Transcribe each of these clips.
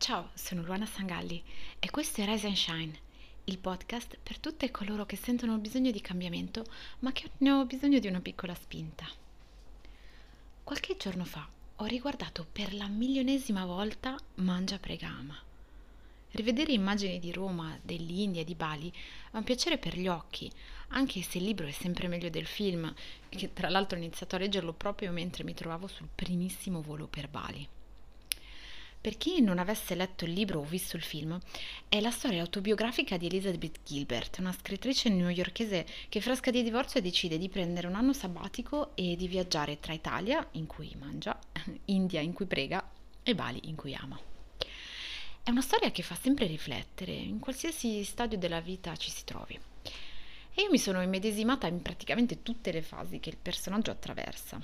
Ciao, sono Luana Sangalli e questo è Rise and Shine, il podcast per tutte coloro che sentono bisogno di cambiamento ma che hanno bisogno di una piccola spinta. Qualche giorno fa ho riguardato per la milionesima volta Mangia Pregama. Rivedere immagini di Roma, dell'India e di Bali è un piacere per gli occhi, anche se il libro è sempre meglio del film, che tra l'altro ho iniziato a leggerlo proprio mentre mi trovavo sul primissimo volo per Bali. Per chi non avesse letto il libro o visto il film, è la storia autobiografica di Elizabeth Gilbert, una scrittrice newyorkese che fresca di divorzio decide di prendere un anno sabbatico e di viaggiare tra Italia, in cui mangia, India, in cui prega, e Bali, in cui ama. È una storia che fa sempre riflettere, in qualsiasi stadio della vita ci si trovi. E io mi sono immedesimata in praticamente tutte le fasi che il personaggio attraversa.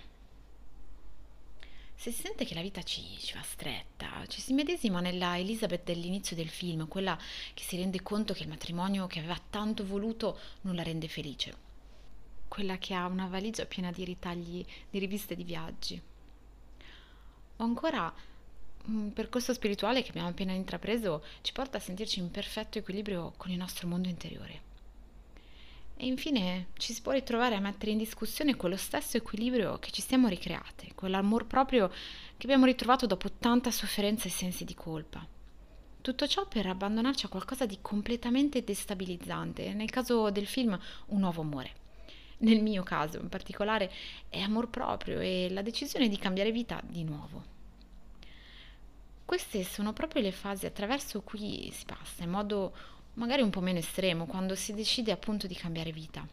Se si sente che la vita ci va stretta, ci si medesima nella Elizabeth dell'inizio del film, quella che si rende conto che il matrimonio che aveva tanto voluto non la rende felice, quella che ha una valigia piena di ritagli di riviste di viaggi. O ancora un percorso spirituale che abbiamo appena intrapreso ci porta a sentirci in perfetto equilibrio con il nostro mondo interiore. E infine ci si può ritrovare a mettere in discussione quello stesso equilibrio che ci siamo ricreate, quell'amor proprio che abbiamo ritrovato dopo tanta sofferenza e sensi di colpa. Tutto ciò per abbandonarci a qualcosa di completamente destabilizzante, nel caso del film un nuovo amore. Nel mio caso in particolare è amor proprio e la decisione di cambiare vita di nuovo. Queste sono proprio le fasi attraverso cui si passa, in modo magari un po' meno estremo, quando si decide appunto di cambiare vita.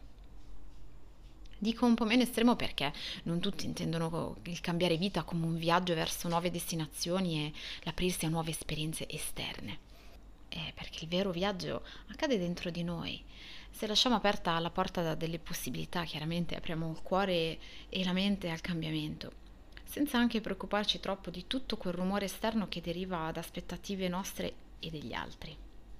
Dico un po' meno estremo perché non tutti intendono il cambiare vita come un viaggio verso nuove destinazioni e l'aprirsi a nuove esperienze esterne. Perché il vero viaggio accade dentro di noi. Se lasciamo aperta la porta da delle possibilità, chiaramente apriamo il cuore e la mente al cambiamento, senza anche preoccuparci troppo di tutto quel rumore esterno che deriva da aspettative nostre e degli altri.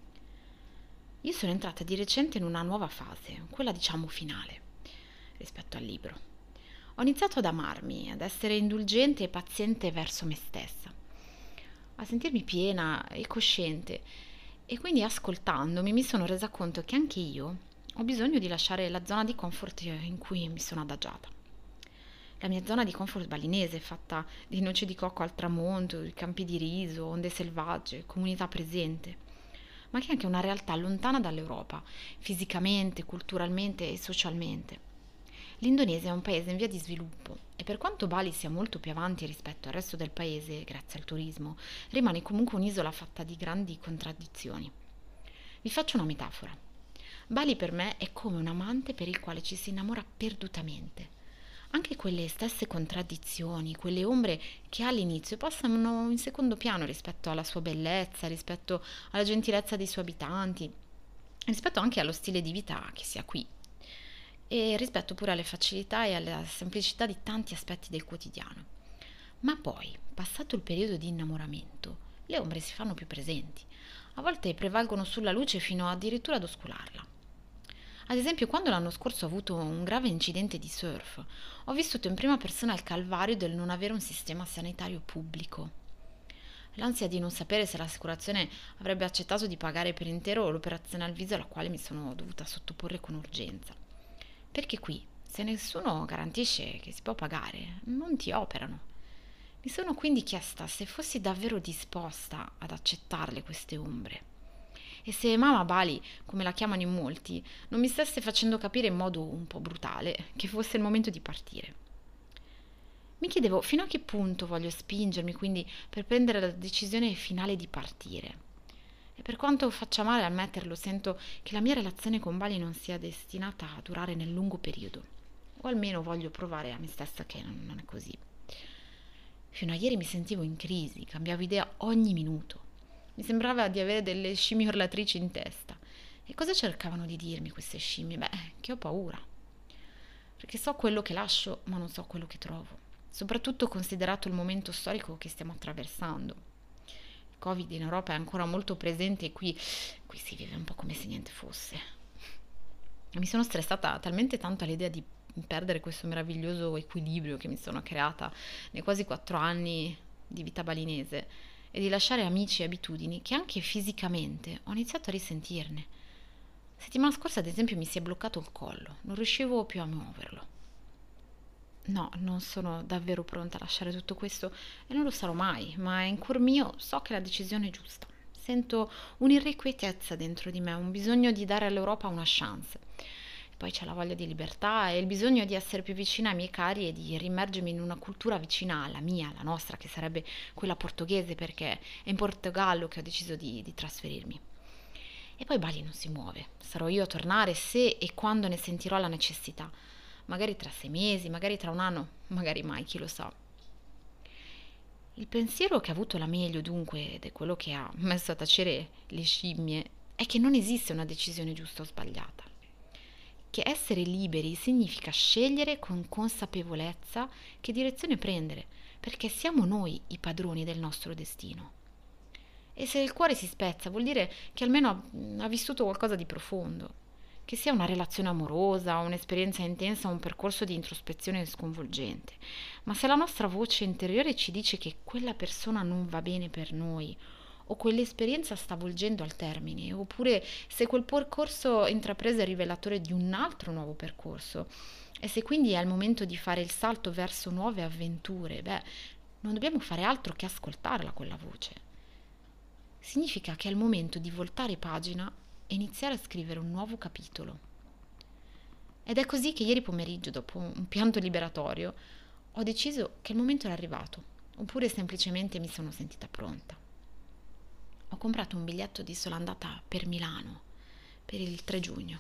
Io sono entrata di recente in una nuova fase, quella diciamo finale, rispetto al libro. Ho iniziato ad amarmi, ad essere indulgente e paziente verso me stessa, a sentirmi piena e cosciente, e quindi ascoltandomi mi sono resa conto che anche io ho bisogno di lasciare la zona di comfort in cui mi sono adagiata. La mia zona di comfort balinese, fatta di noci di cocco al tramonto, di campi di riso, onde selvagge, comunità presente, ma che è anche una realtà lontana dall'Europa, fisicamente, culturalmente e socialmente. L'Indonesia è un paese in via di sviluppo e per quanto Bali sia molto più avanti rispetto al resto del paese, grazie al turismo, rimane comunque un'isola fatta di grandi contraddizioni. Vi faccio una metafora. Bali per me è come un amante per il quale ci si innamora perdutamente. Anche quelle stesse contraddizioni, quelle ombre che all'inizio passano in secondo piano rispetto alla sua bellezza, rispetto alla gentilezza dei suoi abitanti, rispetto anche allo stile di vita che si ha qui e rispetto pure alle facilità e alla semplicità di tanti aspetti del quotidiano. Ma poi, passato il periodo di innamoramento, le ombre si fanno più presenti, a volte prevalgono sulla luce fino addirittura ad oscurarla. Ad esempio, quando l'anno scorso ho avuto un grave incidente di surf, ho vissuto in prima persona il calvario del non avere un sistema sanitario pubblico. L'ansia di non sapere se l'assicurazione avrebbe accettato di pagare per intero l'operazione al viso alla quale mi sono dovuta sottoporre con urgenza. Perché qui, se nessuno garantisce che si può pagare, non ti operano. Mi sono quindi chiesta se fossi davvero disposta ad accettarle queste ombre. E se Mama Bali, come la chiamano in molti, non mi stesse facendo capire in modo un po' brutale che fosse il momento di partire. Mi chiedevo fino a che punto voglio spingermi quindi per prendere la decisione finale di partire. E per quanto faccia male ammetterlo, sento che la mia relazione con Bali non sia destinata a durare nel lungo periodo. O almeno voglio provare a me stessa che non è così. Fino a ieri mi sentivo in crisi, cambiavo idea ogni minuto. Mi sembrava di avere delle scimmie urlatrici in testa. E cosa cercavano di dirmi queste scimmie? Beh, che ho paura. Perché so quello che lascio, ma non so quello che trovo. Soprattutto considerato il momento storico che stiamo attraversando. Il Covid in Europa è ancora molto presente e qui si vive un po' come se niente fosse. Mi sono stressata talmente tanto all'idea di perdere questo meraviglioso equilibrio che mi sono creata nei quasi 4 anni di vita balinese e di lasciare amici e abitudini che anche fisicamente ho iniziato a risentirne. Settimana scorsa, ad esempio, mi si è bloccato il collo, non riuscivo più a muoverlo. No, non sono davvero pronta a lasciare tutto questo e non lo sarò mai, ma in cuor mio so che è la decisione giusta. Sento un'irrequietezza dentro di me, un bisogno di dare all'Europa una chance. Poi c'è la voglia di libertà e il bisogno di essere più vicina ai miei cari e di rimergermi in una cultura vicina alla mia, la nostra, che sarebbe quella portoghese, perché è in Portogallo che ho deciso di trasferirmi. E poi Bali non si muove, sarò io a tornare se e quando ne sentirò la necessità. Magari tra 6 mesi, magari tra un anno, magari mai, chi lo sa. Il pensiero che ha avuto la meglio dunque, ed è quello che ha messo a tacere le scimmie, è che non esiste una decisione giusta o sbagliata. Che essere liberi significa scegliere con consapevolezza che direzione prendere, perché siamo noi i padroni del nostro destino. E se il cuore si spezza, vuol dire che almeno ha vissuto qualcosa di profondo, che sia una relazione amorosa, un'esperienza intensa o un percorso di introspezione sconvolgente. Ma se la nostra voce interiore ci dice che quella persona non va bene per noi, o quell'esperienza sta volgendo al termine, oppure se quel percorso intrapreso è rivelatore di un altro nuovo percorso, e se quindi è il momento di fare il salto verso nuove avventure, non dobbiamo fare altro che ascoltarla quella voce. Significa che è il momento di voltare pagina e iniziare a scrivere un nuovo capitolo. Ed è così che ieri pomeriggio, dopo un pianto liberatorio, ho deciso che il momento era arrivato, oppure semplicemente mi sono sentita pronta. Ho comprato un biglietto di sola andata per Milano, per il 3 giugno,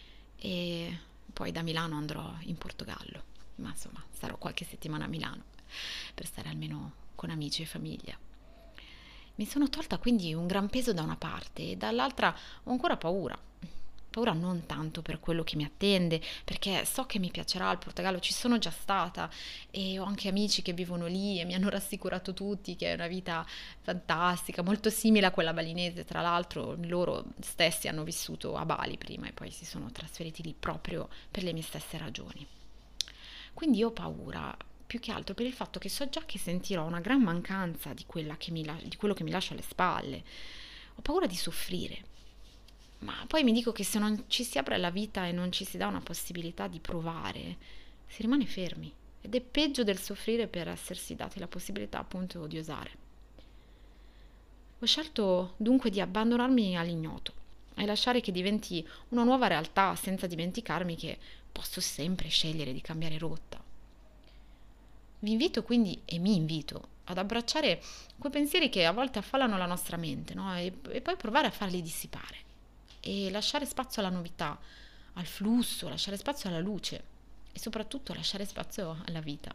e poi da Milano andrò in Portogallo, ma insomma sarò qualche settimana a Milano, per stare almeno con amici e famiglia. Mi sono tolta quindi un gran peso da una parte e dall'altra ho ancora paura. Paura non tanto per quello che mi attende, perché so che mi piacerà il Portogallo, ci sono già stata e ho anche amici che vivono lì e mi hanno rassicurato tutti che è una vita fantastica, molto simile a quella balinese. Tra l'altro loro stessi hanno vissuto a Bali prima e poi si sono trasferiti lì proprio per le mie stesse ragioni. Quindi ho paura, più che altro per il fatto che so già che sentirò una gran mancanza di quello che mi lascio alle spalle. Ho paura di soffrire, ma poi mi dico che se non ci si apre alla vita e non ci si dà una possibilità di provare, si rimane fermi. Ed è peggio del soffrire per essersi dati la possibilità appunto di osare. Ho scelto dunque di abbandonarmi all'ignoto e lasciare che diventi una nuova realtà senza dimenticarmi che posso sempre scegliere di cambiare rotta. Vi invito quindi, e mi invito, ad abbracciare quei pensieri che a volte affallano la nostra mente, no? E poi provare a farli dissipare e lasciare spazio alla novità, al flusso, lasciare spazio alla luce e soprattutto lasciare spazio alla vita.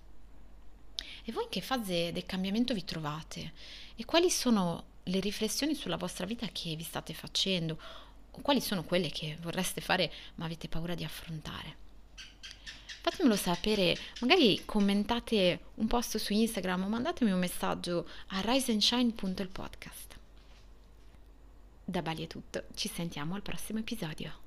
E voi in che fase del cambiamento vi trovate? E quali sono le riflessioni sulla vostra vita che vi state facendo? O quali sono quelle che vorreste fare ma avete paura di affrontare? Fatemelo sapere, magari commentate un post su Instagram o mandatemi un messaggio a riseandshine.il podcast. Da Bali è tutto, ci sentiamo al prossimo episodio.